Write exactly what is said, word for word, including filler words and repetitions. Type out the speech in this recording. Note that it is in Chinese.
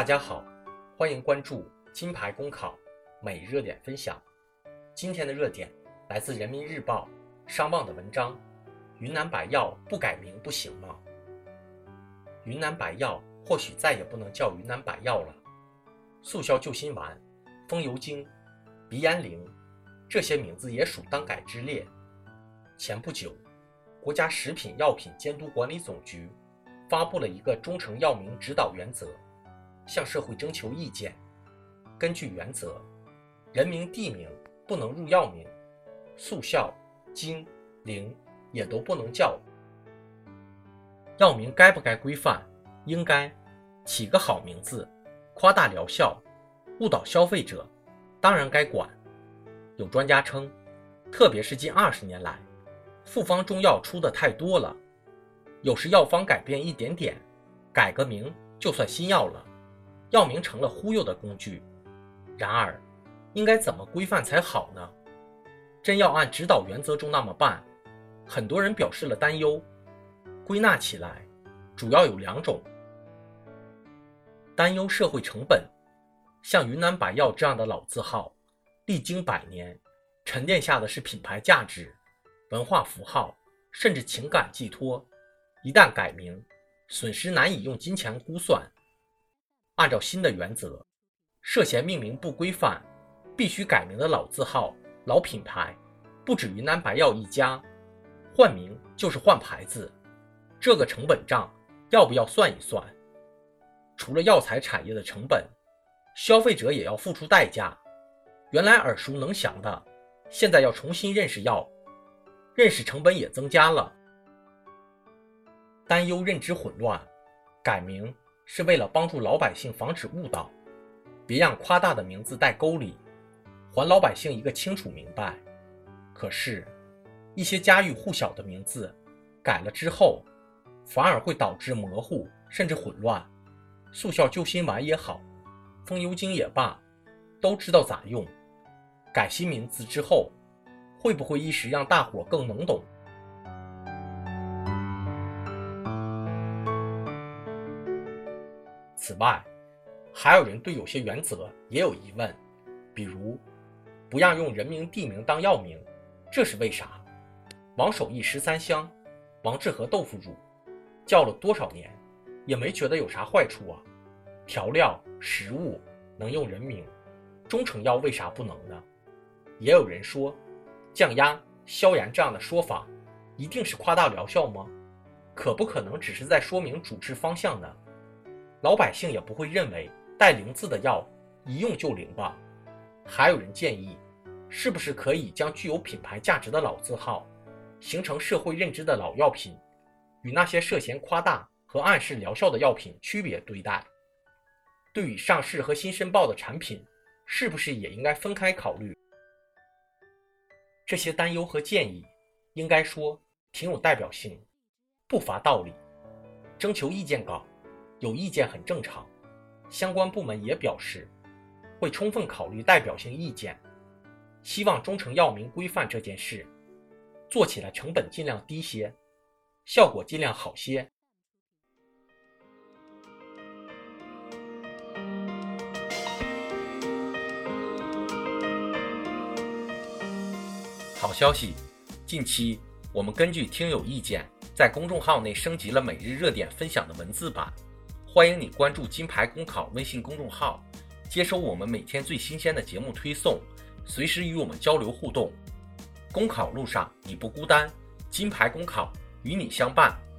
大家好，欢迎关注金牌公考每日热点分享。今天的热点来自人民日报商望的文章，云南白药不改名不行吗？云南白药或许再也不能叫云南白药了，速效救心丸、风油精、鼻炎灵，这些名字也属当改之列。前不久，国家食品药品监督管理总局发布了一个中成药名指导原则，向社会征求意见。根据原则，人名地名不能入药名，速效、精、灵也都不能叫。药名该不该规范？应该。起个好名字，夸大疗效，误导消费者，当然该管。有专家称，特别是近二十年来，复方中药出的太多了，有时药方改变一点点，改个名就算新药了，药名成了忽悠的工具。然而，应该怎么规范才好呢？真要按指导原则中那么办，很多人表示了担忧。归纳起来，主要有两种。担忧社会成本，像云南白药这样的老字号，历经百年，沉淀下的是品牌价值、文化符号，甚至情感寄托。一旦改名，损失难以用金钱估算。按照新的原则，涉嫌命名不规范、必须改名的老字号、老品牌，不止云南白药一家，换名就是换牌子，这个成本账要不要算一算？除了药材产业的成本，消费者也要付出代价。原来耳熟能详的，现在要重新认识药，认识成本也增加了。担忧认知混乱，改名是为了帮助老百姓防止误导，别让夸大的名字带沟里，还老百姓一个清楚明白。可是，一些家喻户晓的名字改了之后，反而会导致模糊甚至混乱。速效救心丸也好，风油精也罢，都知道咋用。改新名字之后，会不会一时让大伙更懵懂？此外，还有人对有些原则也有疑问，比如不让用人名地名当药名，这是为啥？王守义十三香、王致和豆腐乳叫了多少年，也没觉得有啥坏处啊。调料、食物能用人名，中成药为啥不能呢？也有人说，降压、消炎这样的说法，一定是夸大疗效吗？可不可能只是在说明主治方向呢？老百姓也不会认为带灵字的药一用就灵吧？还有人建议，是不是可以将具有品牌价值的老字号，形成社会认知的老药品，与那些涉嫌夸大和暗示疗效的药品区别对待？对于上市和新申报的产品，是不是也应该分开考虑？这些担忧和建议，应该说挺有代表性，不乏道理。征求意见稿，有意见很正常，相关部门也表示会充分考虑代表性意见，希望中成药名规范这件事做起来成本尽量低些，效果尽量好些。好消息，近期我们根据听友意见，在公众号内升级了每日热点分享的文字版，欢迎你关注金牌公考微信公众号，接收我们每天最新鲜的节目推送，随时与我们交流互动。公考路上你不孤单，金牌公考与你相伴。